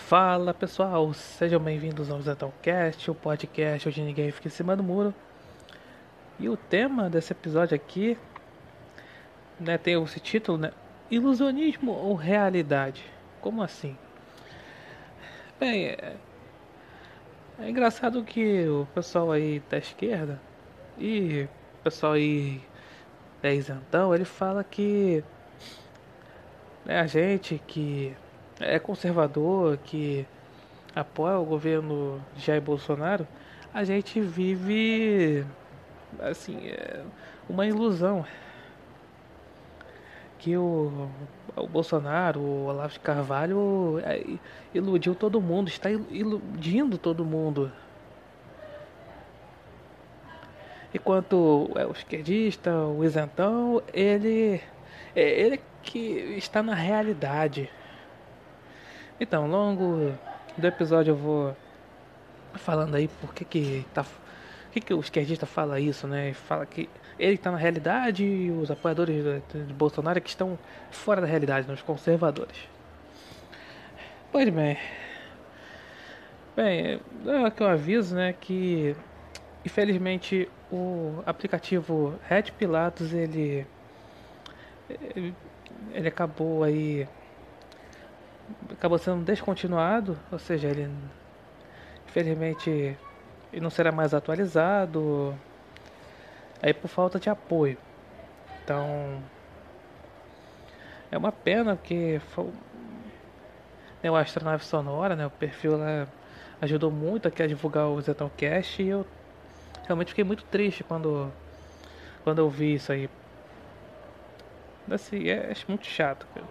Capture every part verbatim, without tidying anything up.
Fala pessoal, sejam bem-vindos ao Zetãocast, o podcast onde ninguém fica em cima do muro. E o tema desse episódio aqui, né, tem esse título, né? Ilusionismo ou realidade? Como assim? Bem, é, é engraçado que o pessoal aí da esquerda e o pessoal aí da isentão, ele fala que né, a gente que é conservador, que apoia o governo de Jair Bolsonaro, a gente vive assim, é uma ilusão que o, o Bolsonaro, o Olavo de Carvalho é, iludiu todo mundo, está iludindo todo mundo. Enquanto é, o esquerdista, o isentão, ele é ele que está na realidade. Então, ao longo do episódio eu vou falando aí por que que tá, por que que o esquerdista fala isso, né? Fala que ele está na realidade e os apoiadores de, de Bolsonaro que estão fora da realidade, nos conservadores. Pois bem, bem, é que eu aviso, né, que infelizmente o aplicativo Red Pilatos ele ele acabou aí acabou sendo descontinuado, ou seja, ele infelizmente ele não será mais atualizado aí por falta de apoio. Então, é uma pena porque né, o Astronave Sonora, né, o perfil lá ajudou muito aqui a divulgar o Zetãocast e eu realmente fiquei muito triste quando, quando eu vi isso aí. Assim, é, é muito chato, cara.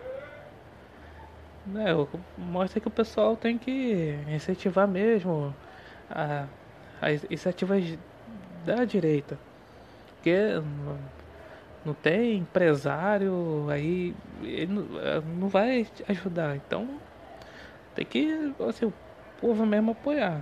Né, mostra que o pessoal tem que incentivar mesmo a, as iniciativas da direita. Porque não, não tem empresário aí, ele não, não vai ajudar. Então tem que assim, o povo mesmo apoiar.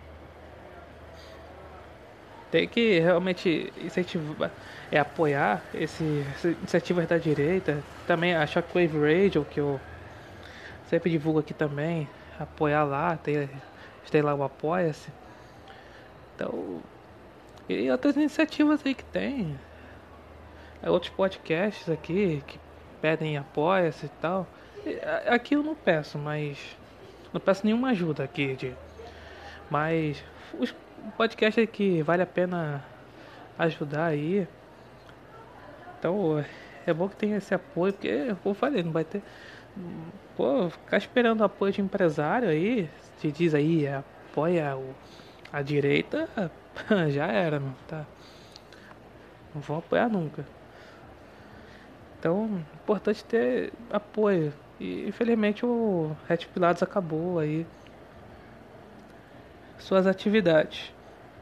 Tem que realmente incentivar, é apoiar esse, essas iniciativas da direita. Também a Shockwave Radio, que eu sempre divulgo aqui também. Apoiar lá, tem, tem lá o Apoia-se. Então, e outras iniciativas aí que tem. É, outros podcasts aqui que pedem Apoia-se e tal. E, aqui eu não peço, mas. Não peço nenhuma ajuda aqui. De, mas os podcasts que vale a pena ajudar aí. Então é bom que tenha esse apoio, porque, como eu falei, não vai ter. Pô, ficar esperando apoio de empresário aí, se diz aí, apoia o, a direita, já era, meu, tá? Não vão apoiar nunca. Então, é importante ter apoio. E infelizmente o Red Pilatos acabou aí suas atividades.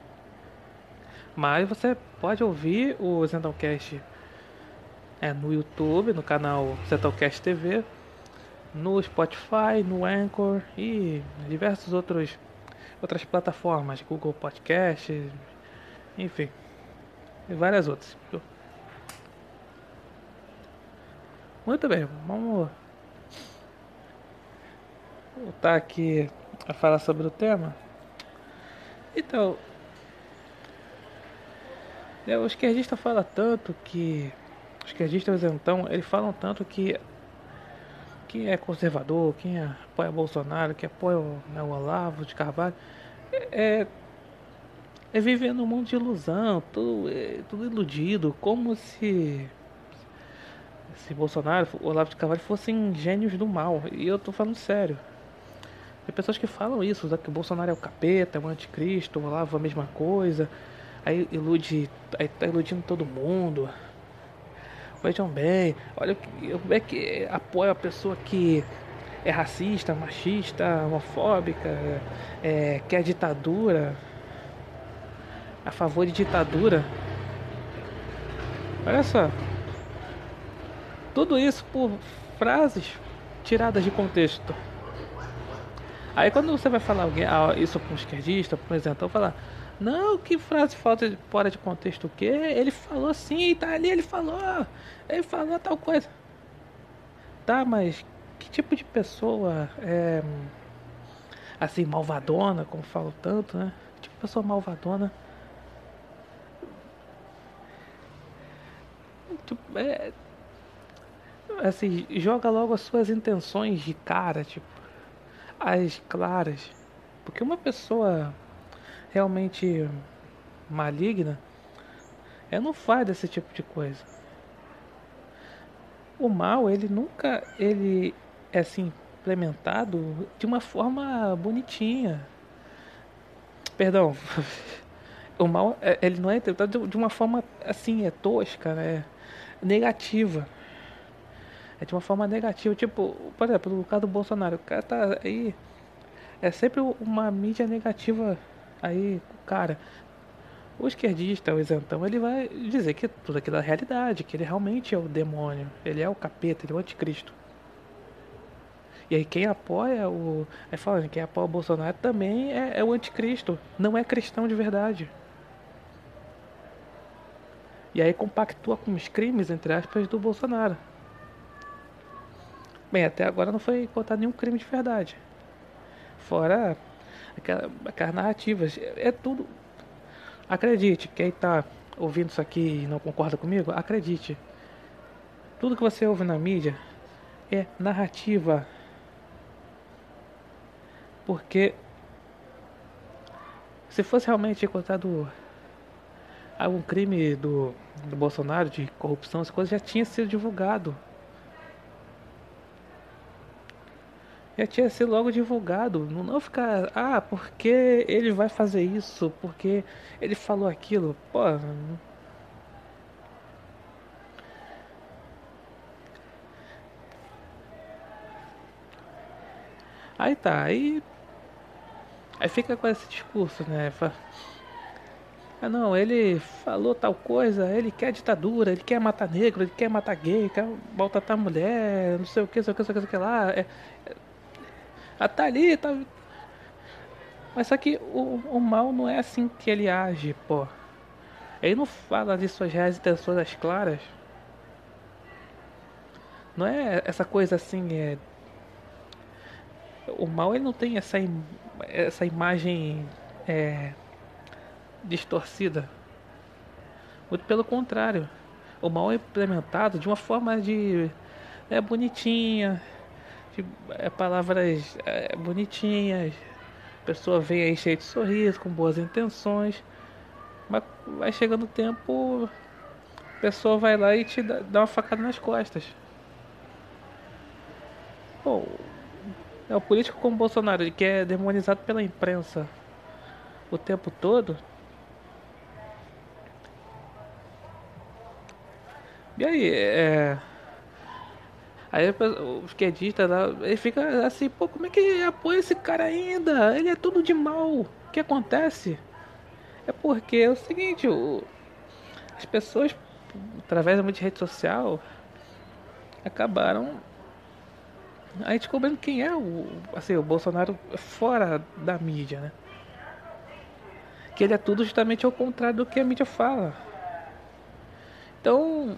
Mas você pode ouvir o Zentalcast é, no YouTube, no canal Zentalcast T V, no Spotify, no Anchor e diversos outros outras plataformas, Google Podcast, enfim, e várias outras. Muito bem, vamos voltar aqui a falar sobre o tema. Então, é, o esquerdista fala tanto que os esquerdistas então, eles falam tanto que quem é conservador, quem apoia Bolsonaro, quem apoia o, né, o Olavo de Carvalho, é, é viver num mundo de ilusão, tudo, é, tudo iludido, como se se Bolsonaro, o Olavo de Carvalho fossem gênios do mal. E eu tô falando sério. Tem pessoas que falam isso, que o Bolsonaro é o capeta, é o anticristo, o Olavo é a mesma coisa. Aí ilude, aí tá iludindo todo mundo. Vejam bem, olha como é que apoia a pessoa que é racista, machista, homofóbica, é, quer ditadura, a favor de ditadura. Olha só, tudo isso por frases tiradas de contexto. Aí quando você vai falar alguém, ah, isso para um esquerdista, por exemplo, eu falar, não, que frase falta de, fora de contexto o quê? Ele falou assim, tá ali, ele falou, ele falou tal coisa. Tá, mas que tipo de pessoa é. assim, malvadona, como falam tanto, né? Tipo, pessoa malvadona. Tipo, é, assim, joga logo as suas intenções de cara, tipo, as claras. Porque uma pessoa realmente maligna, ela não faz desse tipo de coisa. O mal, ele nunca ele é assim implementado de uma forma bonitinha. Perdão, o mal é- ele não é interpretado de uma forma assim, é tosca, né? Negativa. É de uma forma negativa, tipo, por exemplo, no caso do Bolsonaro, o cara tá aí, é sempre uma mídia negativa aí, cara. O esquerdista, o isentão, ele vai dizer que tudo aquilo é realidade, que ele realmente é o demônio, ele é o capeta, ele é o anticristo. E aí quem apoia o. Aí fala, quem apoia o Bolsonaro também é, é o anticristo, não é cristão de verdade. E aí compactua com os crimes, entre aspas, do Bolsonaro. Bem, até agora não foi contado nenhum crime de verdade. Fora aquela- aquelas narrativas. É, é tudo. Acredite, quem tá ouvindo isso aqui e não concorda comigo, acredite. Tudo que você ouve na mídia é narrativa. Porque se fosse realmente contado algum crime do, do Bolsonaro, de corrupção, essa coisa já tinha sido divulgado. Já tinha sido logo divulgado. Não, não ficar, ah, porque ele vai fazer isso, porque ele falou aquilo. Pô, aí tá, aí, aí fica com esse discurso, né? Ah não, ele falou tal coisa, ele quer ditadura, ele quer matar negro, ele quer matar gay, quer maltratar mulher, não sei o que, não sei o que, não sei o que, não sei o que lá. É, ah, tá ali, tá. Mas só que o, o mal não é assim que ele age, pô. Ele não fala de suas reais intenções às claras. Não é essa coisa assim, é. O mal ele não tem essa, im- essa imagem é, distorcida. Muito pelo contrário. O mal é implementado de uma forma de. É bonitinha, de é, palavras é, bonitinhas. A pessoa vem aí cheia de sorriso, com boas intenções. Mas vai chegando o tempo, a pessoa vai lá e te dá, dá uma facada nas costas. Pô, é o político como Bolsonaro, ele que é demonizado pela imprensa o tempo todo. E aí, é. Aí o esquerdista lá, ele fica assim, pô, como é que apoia esse cara ainda? Ele é tudo de mal. O que acontece? É porque é o seguinte, o, as pessoas, através da mídia rede social, acabaram aí descobrindo quem é o, assim, o Bolsonaro fora da mídia, né? Que ele é tudo justamente ao contrário do que a mídia fala. Então,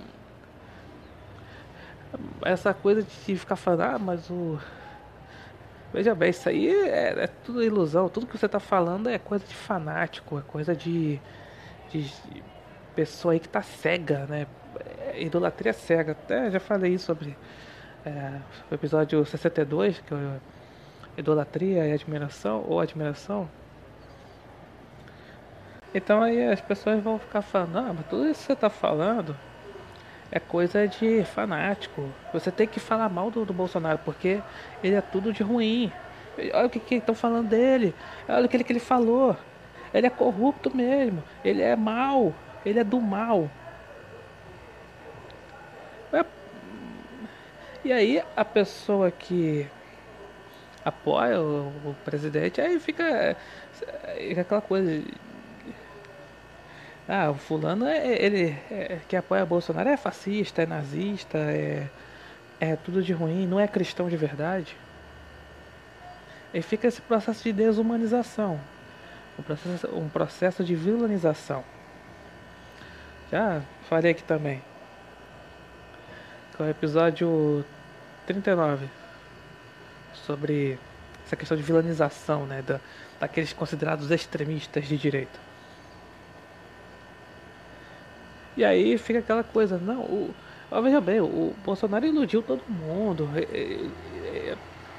essa coisa de ficar falando, ah, mas o. Veja bem, isso aí é, é tudo ilusão. Tudo que você tá falando é coisa de fanático, é coisa de, de pessoa aí que tá cega, né? É idolatria cega. Até já falei isso sobre é, o episódio sessenta e dois, que é idolatria e admiração, ou admiração. Então aí as pessoas vão ficar falando, ah, mas tudo isso que você tá falando é coisa de fanático. Você tem que falar mal do, do Bolsonaro, porque ele é tudo de ruim. Olha o que que estão falando dele. Olha o que ele, que ele falou. Ele é corrupto mesmo. Ele é mau. Ele é do mal. É, e aí a pessoa que apoia o, o presidente, aí fica, fica aquela coisa. Ah, o fulano é, ele é, que apoia Bolsonaro é fascista, é nazista, é, é tudo de ruim, não é cristão de verdade. E fica esse processo de desumanização, um processo, um processo de vilanização. Já falei aqui também, que é o episódio trinta e nove, sobre essa questão de vilanização, né, da, daqueles considerados extremistas de direita. E aí fica aquela coisa, não, o, ó, veja bem, o Bolsonaro iludiu todo mundo. É, é,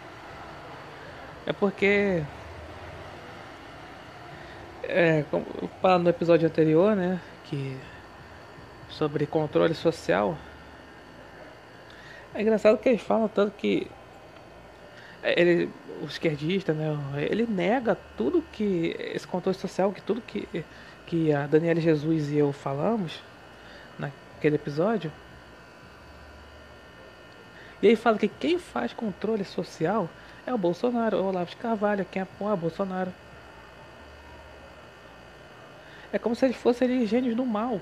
é porque, é, como falando no episódio anterior, né, que sobre controle social, é engraçado que eles falam tanto que ele, o esquerdista, né, ele nega tudo que esse controle social, que tudo que que a Daniela Jesus e eu falamos naquele episódio. E aí fala que quem faz controle social é o Bolsonaro, o Olavo de Carvalho, quem apoia o Bolsonaro. É como se eles fossem ali, gênios do mal.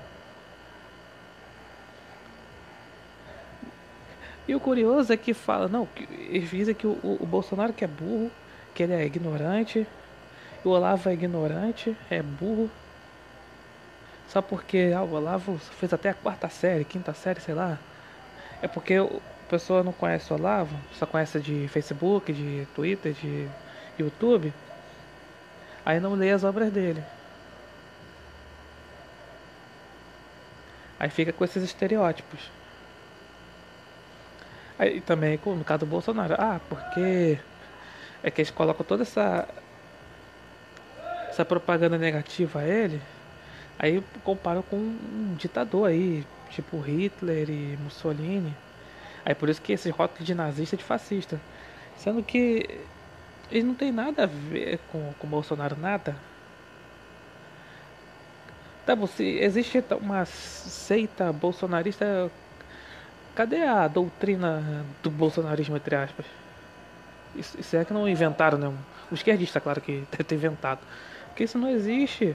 E o curioso é que fala, não, que eles dizem que o, o, o Bolsonaro que é burro, que ele é ignorante, e o Olavo é ignorante, é burro, só porque ah, o Olavo fez até a quarta série, quinta série, sei lá. É porque a pessoa não conhece o Olavo, só conhece de Facebook, de Twitter, de YouTube, aí não lê as obras dele. Aí fica com esses estereótipos. Aí também, no caso do Bolsonaro, ah, porque é que eles colocam toda essa, essa propaganda negativa a ele, aí comparam com um ditador aí, tipo Hitler e Mussolini. Aí por isso que esses rótulos de nazista e de fascista. Sendo que eles não tem nada a ver com, com o Bolsonaro, nada. Tá, você, existe uma seita bolsonarista. Cadê a doutrina do bolsonarismo, entre aspas? Isso, isso é que não inventaram, né? O esquerdista, claro que deve ter inventado. Porque isso não existe.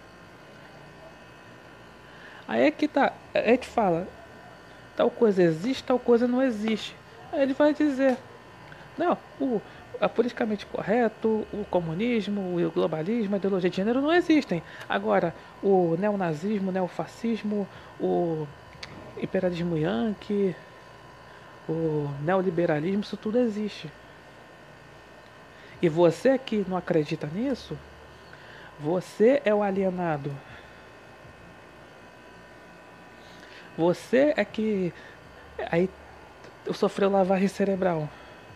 Aí é que tá. Aí te fala, tal coisa existe, tal coisa não existe. Aí ele vai dizer, não, o a politicamente correto, o comunismo, o globalismo, a ideologia de gênero não existem. Agora, o neonazismo, o neofascismo, o imperialismo yankee, o neoliberalismo, isso tudo existe. E você que não acredita nisso, você é o alienado. Você é que aí sofreu lavagem cerebral.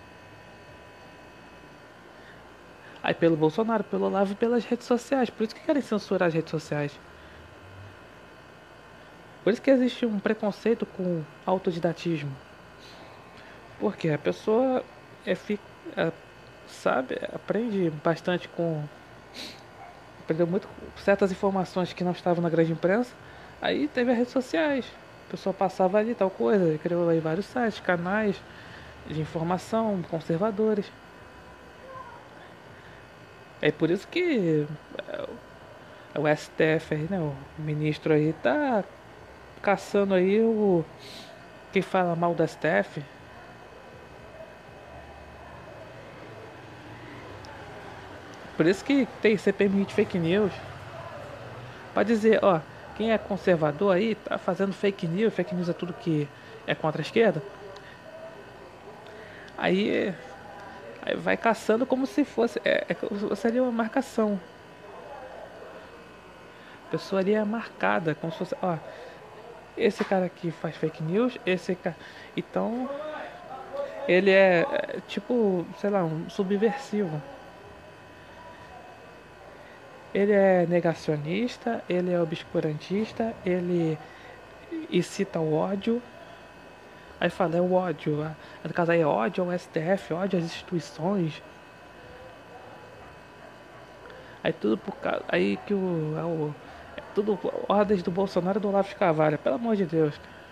Aí pelo Bolsonaro, pelo Olavo e pelas redes sociais. Por isso que querem censurar as redes sociais. Por isso que existe um preconceito com autodidatismo. Porque a pessoa é, é, sabe, aprende bastante com. Aprendeu muito com certas informações que não estavam na grande imprensa. Aí teve as redes sociais. A pessoa passava ali tal coisa, criou aí vários sites, canais de informação conservadores. É por isso que o S T F aí, né, o ministro aí tá caçando aí o quem fala mal do S T F. Por isso que tem C P M de fake news. Pode dizer, ó, quem é conservador aí tá fazendo fake news, fake news é tudo que é contra a esquerda. Aí, aí vai caçando como se fosse, é, é como se fosse ali uma marcação. A pessoa ali é marcada, como se fosse, ó, esse cara aqui faz fake news, esse cara. Então, ele é, é tipo, sei lá, um subversivo. Ele é negacionista, ele é obscurantista, ele incita o ódio. Aí fala, é o ódio. No caso aí é ódio ao S T F, ódio às instituições. Aí tudo por causa. Aí que o. É, o, é tudo ordens do Bolsonaro e do Olavo de Carvalho, pelo amor de Deus.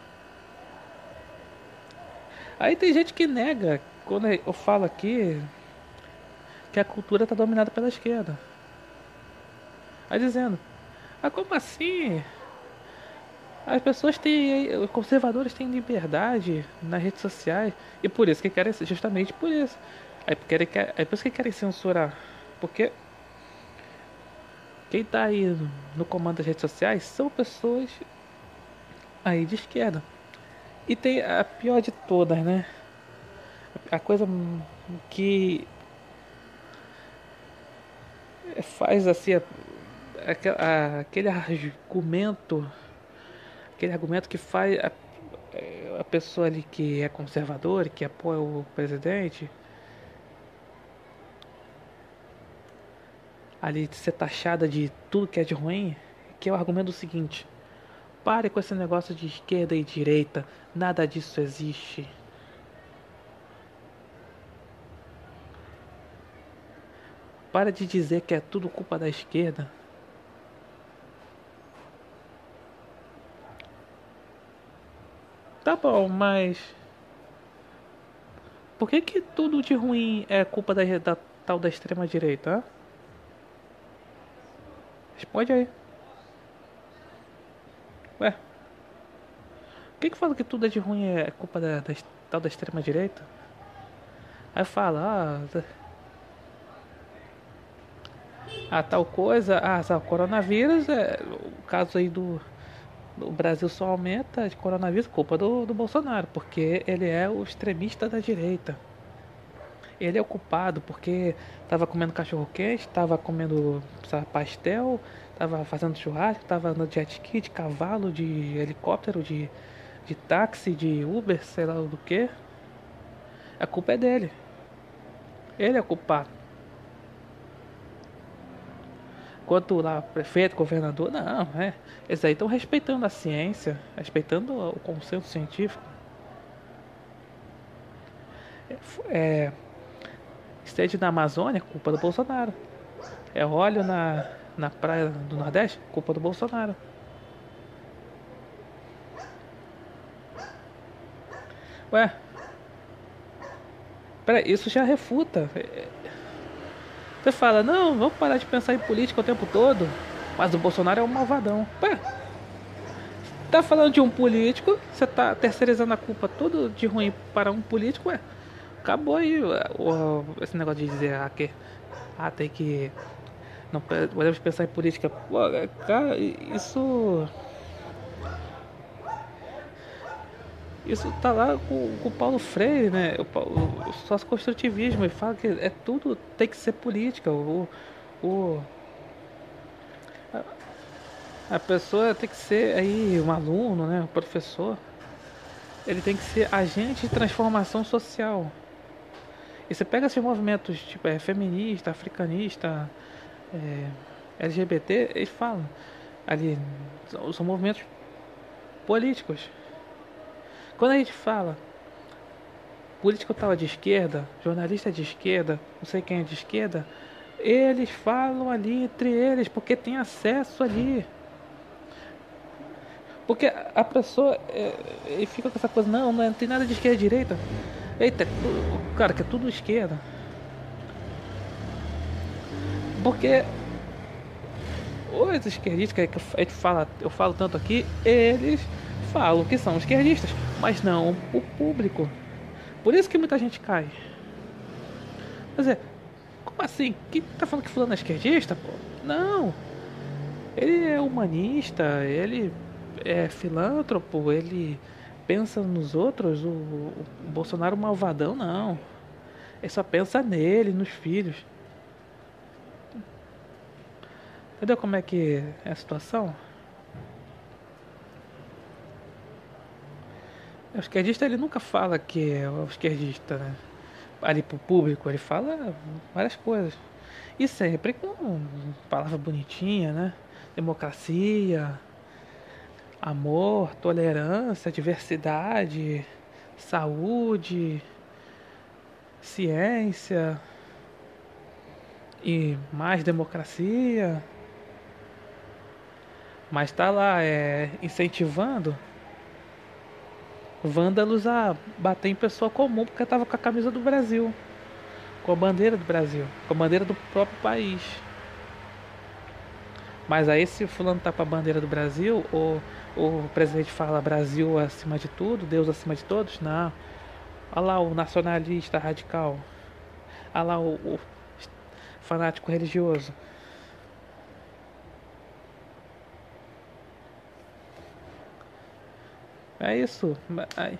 Aí tem gente que nega, quando eu falo aqui, que a cultura está dominada pela esquerda. Aí dizendo, ah, como assim? As pessoas têm, os conservadores têm liberdade nas redes sociais e por isso que querem, justamente por isso. Aí, querem, é por isso que querem censurar. Porque quem tá aí no, no comando das redes sociais são pessoas aí de esquerda. E tem a pior de todas, né? A coisa que faz assim a- aque- a- aquele argumento, aquele argumento que faz a, a pessoa ali que é conservadora, que apoia o presidente, ali ser taxada de tudo que é de ruim, que é o argumento do seguinte: pare com esse negócio de esquerda e direita, nada disso existe. Para de dizer que é tudo culpa da esquerda. Tá bom, mas por que que tudo de ruim é culpa da, da tal da extrema direita? Hã? Responde aí. Ué, por que que fala que tudo é de ruim é culpa da, da tal da extrema direita? Aí fala, ah, ah, tal coisa, ah, sabe, coronavírus, é, o caso aí do, do Brasil só aumenta de coronavírus, culpa do, do Bolsonaro, porque ele é o extremista da direita. Ele é o culpado porque tava comendo cachorro quente, tava comendo sabe, pastel, tava fazendo churrasco, tava no jet ski, de cavalo, de helicóptero, de, de táxi, de Uber, sei lá do que. A culpa é dele. Ele é o culpado. Quanto lá, prefeito, governador, não, é. Eles aí estão respeitando a ciência, respeitando o consenso científico. É, Estende na Amazônia, culpa do Bolsonaro. É óleo na, na praia do Nordeste, culpa do Bolsonaro. Ué, pera, isso já refuta. Você fala, não, vamos parar de pensar em política o tempo todo, mas o Bolsonaro é um malvadão. Pé, tá falando de um político, você tá terceirizando a culpa toda de ruim para um político, ué. Acabou aí o, o- esse negócio de dizer ah, que ah, tem que. Não podemos pensar em política. Pô, cara, isso. Isso tá lá com, com o Paulo Freire, né? O, o, o sócio-construtivismo. Ele fala que é tudo tem que ser política. O, o, a pessoa tem que ser aí um aluno, né? O professor. Ele tem que ser agente de transformação social. E você pega esses movimentos tipo é, feminista, africanista, é, L G B T, eles falam ali são, são movimentos políticos. Quando a gente fala político tal é de esquerda, jornalista é de esquerda, não sei quem é de esquerda, eles falam ali entre eles porque tem acesso ali. Porque a pessoa é, é, fica com essa coisa, não, não tem nada de esquerda e direita. Eita, é cara, que é tudo esquerda. Porque os esquerdistas que a gente fala, eu falo tanto aqui, eles falam que são esquerdistas, mas não o público. Por isso que muita gente cai. Quer dizer, como assim? Quem tá falando que fulano é esquerdista, pô? Não. Ele é humanista, ele é filântropo, ele pensa nos outros. O, o Bolsonaro malvadão, não. Ele só pensa nele, nos filhos. Entendeu como é que é a situação? O esquerdista ele nunca fala que é o esquerdista, né? Ali pro público, ele fala várias coisas. E sempre com palavra bonitinha, né? Democracia, amor, tolerância, diversidade, saúde, ciência e mais democracia. Mas tá lá é, incentivando vândalos a bater em pessoa comum porque tava com a camisa do Brasil, com a bandeira do Brasil, com a bandeira do próprio país. Mas aí se o fulano tá com a bandeira do Brasil, ou o presidente fala Brasil acima de tudo, Deus acima de todos, não. Olha lá o nacionalista radical. Olha lá o, o fanático religioso. É isso. Aí,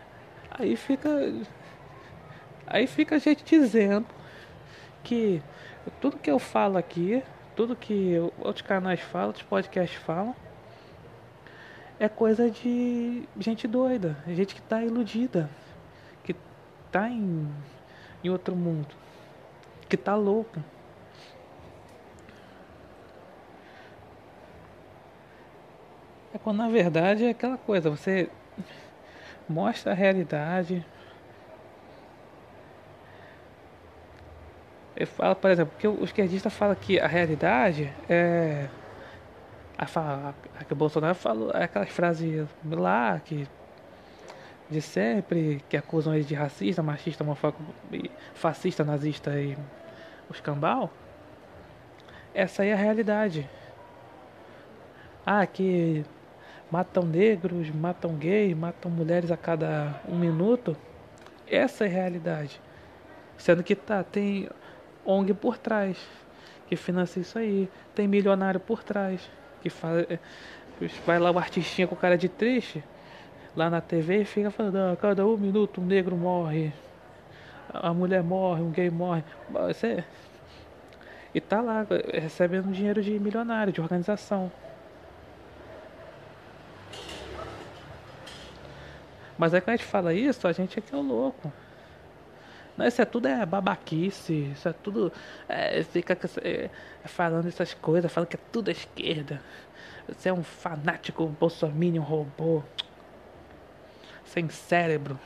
aí fica. Aí fica a gente dizendo que Tudo que eu falo aqui, tudo que outros canais falam, outros podcasts falam, é coisa de gente doida, gente que tá iludida, que tá em, em outro mundo, que tá louco. É quando na verdade é aquela coisa, você mostra a realidade. Eu falo, por exemplo, que o esquerdista fala que a realidade é. A, fala, a que o Bolsonaro falou, é aquelas frases lá que de sempre, que acusam ele de racista, machista, homofóbico, fascista, nazista e os cambal. Essa aí é a realidade. Ah, que matam negros, matam gays, matam mulheres a cada um minuto. Essa é a realidade. Sendo que tá, tem O N G por trás, que financia isso aí. Tem milionário por trás, que faz. Vai lá o artistinha com cara de triste, lá na T V e fica falando, ah, cada um minuto um negro morre, a mulher morre, um gay morre. Você... E tá lá, recebendo dinheiro de milionário, de organização. Mas aí quando a gente fala isso, a gente é que é o louco. Não, isso é tudo é babaquice, isso é tudo. É, fica é, falando essas coisas, falando que é tudo à esquerda. Você é um fanático bolsominion robô. Sem cérebro.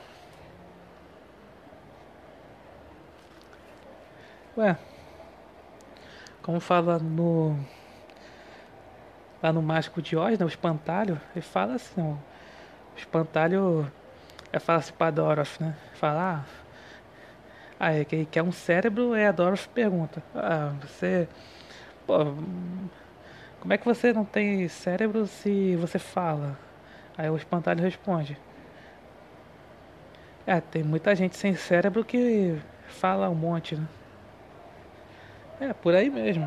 Ué, como fala no. Lá no Mágico de Oz, né? O espantalho, ele fala assim, ó. O espantalho. É fala assim pra Dorothy, né? Fala, ah. Ah, é que quer um cérebro, é a Dorothy pergunta. Ah, você. Pô, como é que você não tem cérebro se você fala? Aí o espantalho responde. É, tem muita gente sem cérebro que fala um monte, né? É, por aí mesmo.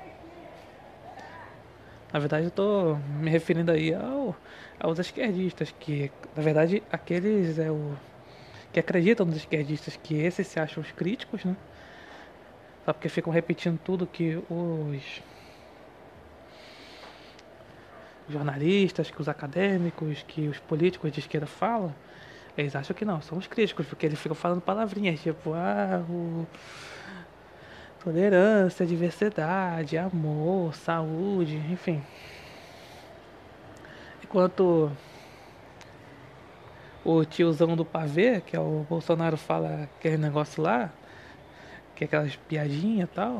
Na verdade eu tô me referindo aí ao, aos esquerdistas, que na verdade aqueles é o que acreditam nos esquerdistas, que esses se acham os críticos, né? Só porque ficam repetindo tudo que os jornalistas, que os acadêmicos, que os políticos de esquerda falam, eles acham que não, são os críticos, porque eles ficam falando palavrinhas tipo, ah, o... tolerância, diversidade, amor, saúde, enfim. Enquanto o tiozão do pavê, que é o Bolsonaro, fala aquele negócio lá, que é aquelas piadinhas e tal,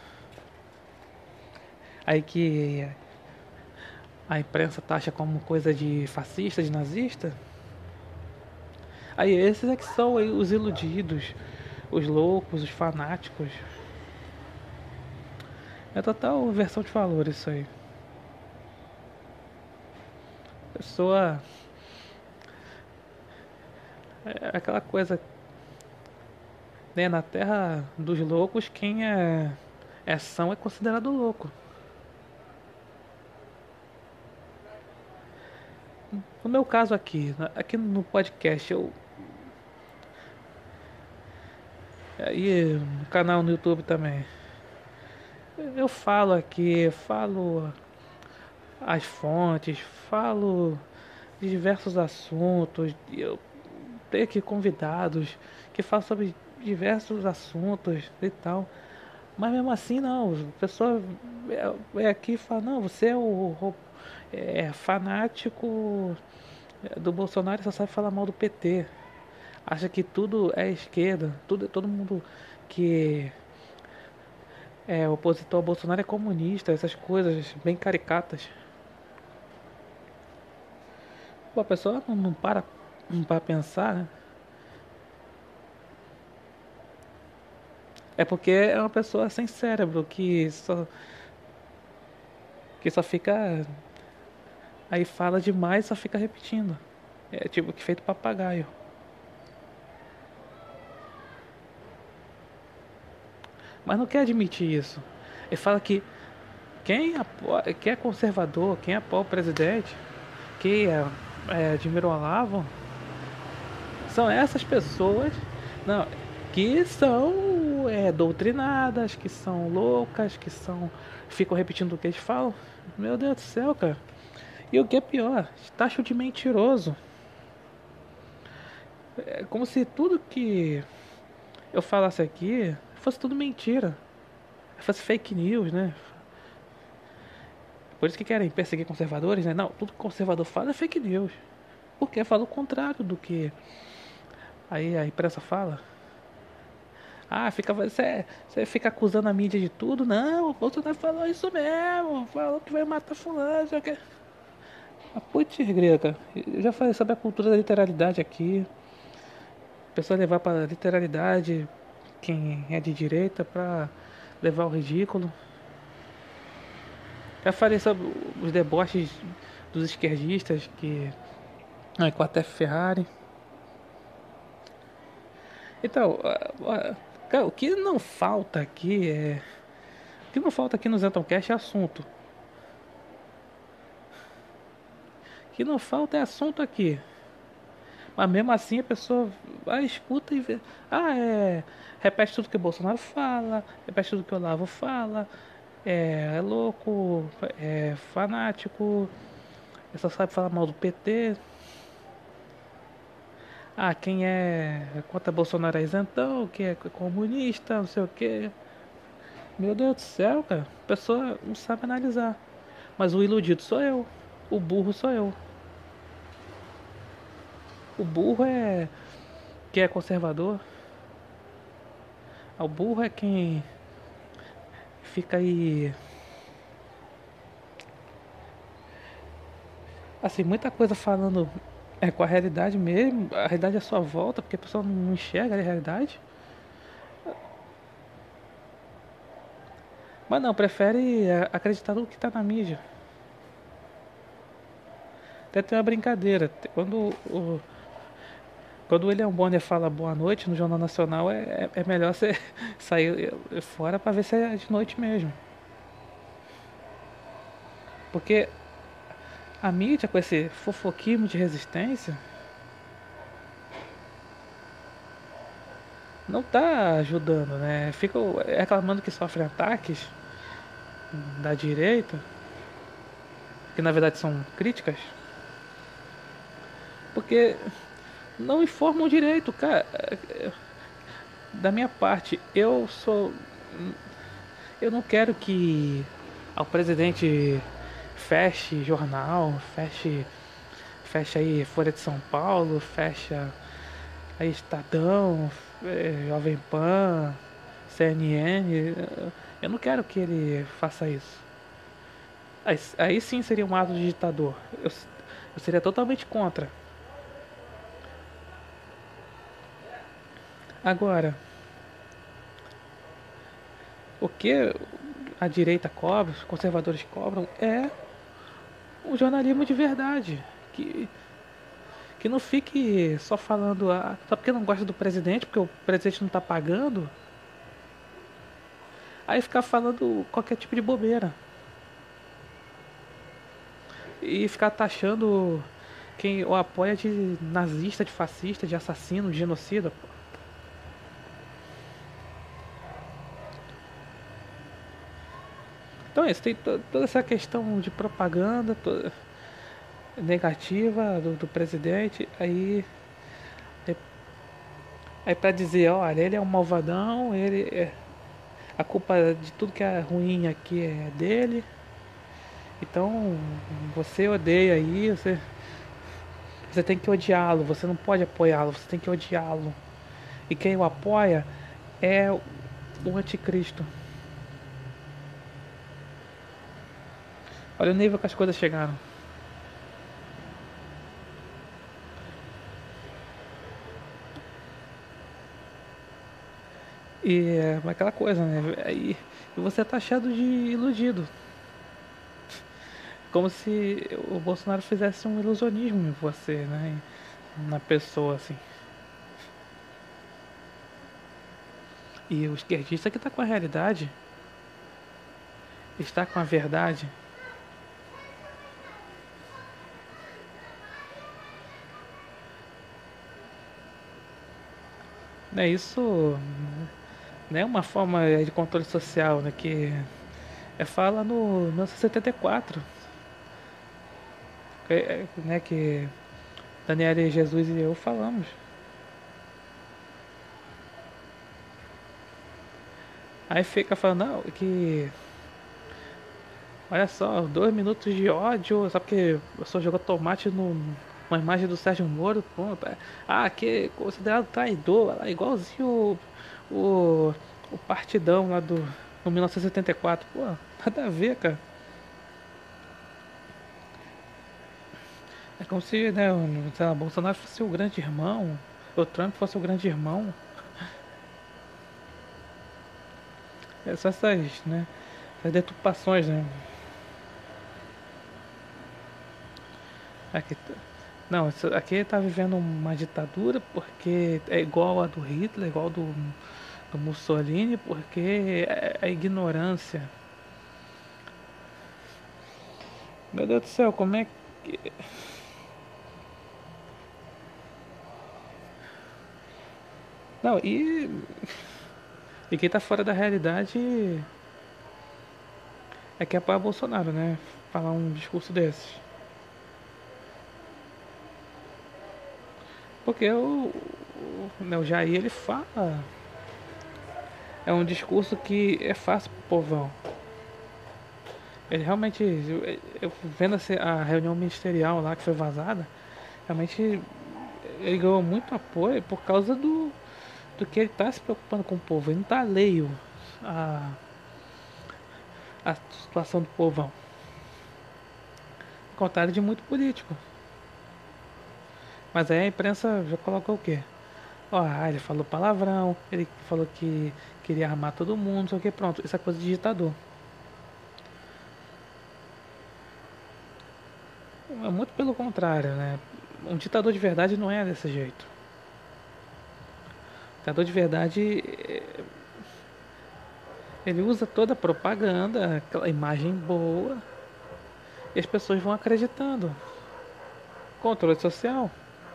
aí que a imprensa taxa como coisa de fascista, de nazista, aí esses é que são os iludidos, os loucos, os fanáticos. É total versão de valor isso aí. Pessoa. É aquela coisa. Né, na terra dos loucos, quem é, é são é considerado louco. No meu caso aqui, aqui no podcast, eu. E no canal no YouTube também. Eu falo aqui, falo as fontes, falo de diversos assuntos. Eu tenho aqui convidados que falam sobre diversos assuntos e tal. Mas mesmo assim não, a pessoa é aqui e fala, não, você é o é, fanático do Bolsonaro e só sabe falar mal do P T. Acha que tudo é esquerda, tudo, todo mundo que é opositor ao Bolsonaro é comunista, essas coisas bem caricatas. Pô, a pessoa não, não para para pensar, né? É porque é uma pessoa sem cérebro que só que só fica aí fala demais e só fica repetindo. É tipo que feito papagaio. Mas não quer admitir isso. Ele fala que quem, apoia, quem é conservador, quem apoia o presidente, que é, é, admira o são essas pessoas não, que são são é, doutrinadas, que são loucas, que são ficam repetindo o que eles falam. Meu Deus do céu, cara. E o que é pior, taxa de mentiroso. É como se tudo que eu falasse aqui fosse tudo mentira. Fosse fake news, né? Por isso que querem perseguir conservadores, né? Não, tudo que conservador fala é fake news. Porque fala o contrário do que aí a imprensa fala. Ah, fica, você, você fica acusando a mídia de tudo. Não, o Bolsonaro falou isso mesmo. Falou que vai matar fulano. Já que... A putz grega. Eu já falei sobre a cultura da literalidade aqui. A pessoa levar para literalidade quem é de direita para levar ao ridículo. Já falei sobre os deboches dos esquerdistas que ah, com a T F Ferrari. Então, cara, o que não falta aqui é. O que não falta aqui no Zentoncast é assunto. O que não falta é assunto aqui. Mas mesmo assim a pessoa vai, escuta e vê. Ah, é. Repete tudo que o Bolsonaro fala, repete tudo que o Olavo fala. É, é louco, é fanático, só sabe falar mal do P T. Ah, quem é contra Bolsonaro é isentão, quem é comunista, não sei o que. Meu Deus do céu, cara. A pessoa não sabe analisar. Mas o iludido sou eu. O burro sou eu. O burro é quem é conservador. O burro é quem fica aí. Assim, muita coisa falando é com a realidade mesmo. A realidade é a sua volta, porque a pessoa não enxerga a realidade. Mas não, prefere acreditar no que tá na mídia. Até tem uma brincadeira. Quando o, quando o William Bonner fala boa noite no Jornal Nacional, é, é, é melhor você sair fora pra ver se é de noite mesmo. Porque a mídia, com esse fofoquismo de resistência, não tá ajudando, né? Fica reclamando que sofre ataques da direita, que na verdade são críticas, porque não informam direito, cara. Da minha parte, eu sou. Eu não quero que o presidente feche jornal, feche, feche aí Folha de São Paulo, fecha aí Estadão, é, Jovem Pan, C N N. Eu não quero que ele faça isso. Aí, aí sim seria um ato de ditador. Eu, eu seria totalmente contra. Agora, o que a direita cobra, os conservadores cobram, é um jornalismo de verdade. Que, que não fique só falando, ah, só porque não gosta do presidente, porque o presidente não está pagando, aí ficar falando qualquer tipo de bobeira. E ficar taxando quem o apoia de nazista, de fascista, de assassino, de genocida. Então é isso, tem to toda essa questão de propaganda toda negativa do, do presidente, aí, aí, aí pra dizer, olha, ele é um malvadão, ele é, a culpa de tudo que é ruim aqui é dele, então você odeia aí, você, você tem que odiá-lo, você não pode apoiá-lo, você tem que odiá-lo. E quem o apoia é o anticristo. Olha o nível que as coisas chegaram. E é aquela coisa, né? Aí você é taxado de iludido. Como se o Bolsonaro fizesse um ilusionismo em você, né? Na pessoa, assim. E o esquerdista que está com a realidade, está com a verdade. É isso. Não é uma forma de controle social, né? Que é fala no mil novecentos e setenta e quatro, é, é, né? Que Daniel e Jesus e eu falamos. Aí fica falando, não, que olha só, dois minutos de ódio, só porque eu só jogou tomate no, uma imagem do Sérgio Moro, pô, pá. Ah, que considerado traidor, lá, igualzinho o, o, o partidão lá do no mil novecentos e setenta e quatro, pô, nada a ver, cara. É como se, né, o, sei lá, Bolsonaro fosse o grande irmão, o Trump fosse o grande irmão. É só essas, né, essas deturpações, né. Aqui, não, isso aqui tá vivendo uma ditadura porque é igual a do Hitler, igual do, do Mussolini, porque é, é ignorância. Meu Deus do céu, como é que. Não, e, e quem tá fora da realidade é que apoia Bolsonaro, né? Falar um discurso desses. Porque o, o, né, o Jair ele fala. É um discurso que é fácil pro povão. Ele realmente, eu, eu vendo a reunião ministerial lá que foi vazada, realmente ele ganhou muito apoio por causa do, do que ele está se preocupando com o povo. Ele não está alheio à, à situação do povão. Ao contrário de muito político. Mas aí a imprensa já colocou o quê? Ó, ah, ele falou palavrão, ele falou que queria armar todo mundo, só que pronto, isso é coisa de ditador. É muito pelo contrário, né? Um ditador de verdade não é desse jeito. Um ditador de verdade, ele usa toda a propaganda, aquela imagem boa, e as pessoas vão acreditando. Controle social.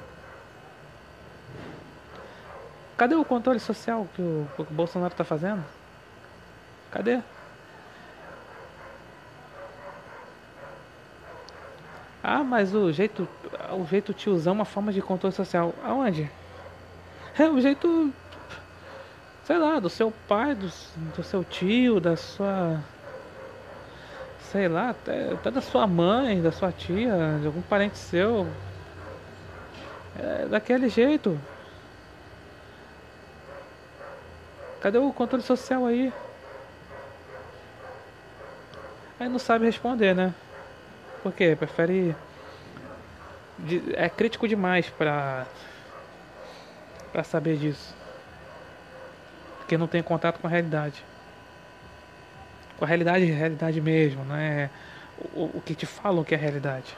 Cadê o controle social que o, que o Bolsonaro tá fazendo? Cadê? Ah, mas o jeito, o jeito tiozão é uma forma de controle social. Aonde? É o jeito, sei lá, do seu pai, do, do seu tio, da sua, sei lá, até, até da sua mãe, da sua tia, de algum parente seu. É daquele jeito. Cadê o controle social aí? Aí não sabe responder, né? Por quê? Prefere. É crítico demais pra, pra saber disso. Porque não tem contato com a realidade. Com a realidade, realidade mesmo, não é o, o que te falam que é realidade.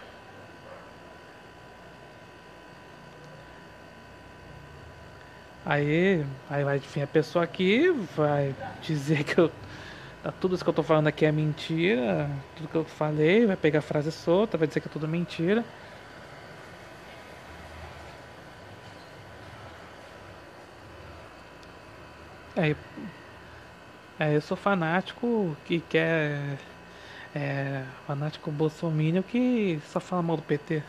Aí, aí vai vir a pessoa aqui, vai dizer que eu, tudo isso que eu tô falando aqui é mentira, tudo que eu falei, vai pegar frase solta, vai dizer que é tudo mentira. Aí, aí eu sou fanático que quer. É, fanático bolsominion que só fala mal do P T.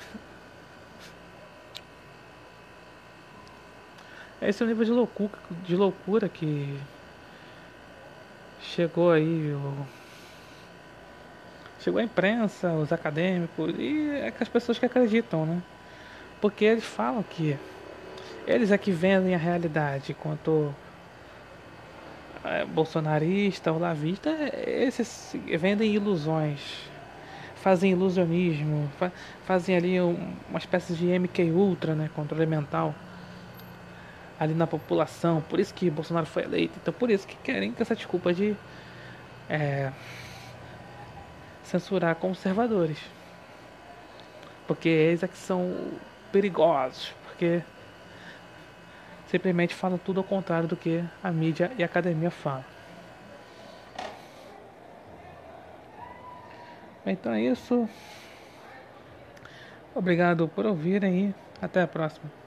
Esse é o nível de loucura, de loucura que chegou aí o, chegou a imprensa, os acadêmicos e é que as pessoas que acreditam, né? Porque eles falam que eles é que vendem a realidade, enquanto é, bolsonarista ou lavista, esses vendem ilusões, fazem ilusionismo, fa fazem ali um, uma espécie de M K Ultra, né? Controle mental ali na população. Por isso que Bolsonaro foi eleito. Então por isso que querem com essa desculpa de é, censurar conservadores. Porque eles é que são perigosos. Porque simplesmente falam tudo ao contrário do que a mídia e a academia falam. Então é isso. Obrigado por ouvirem e até a próxima.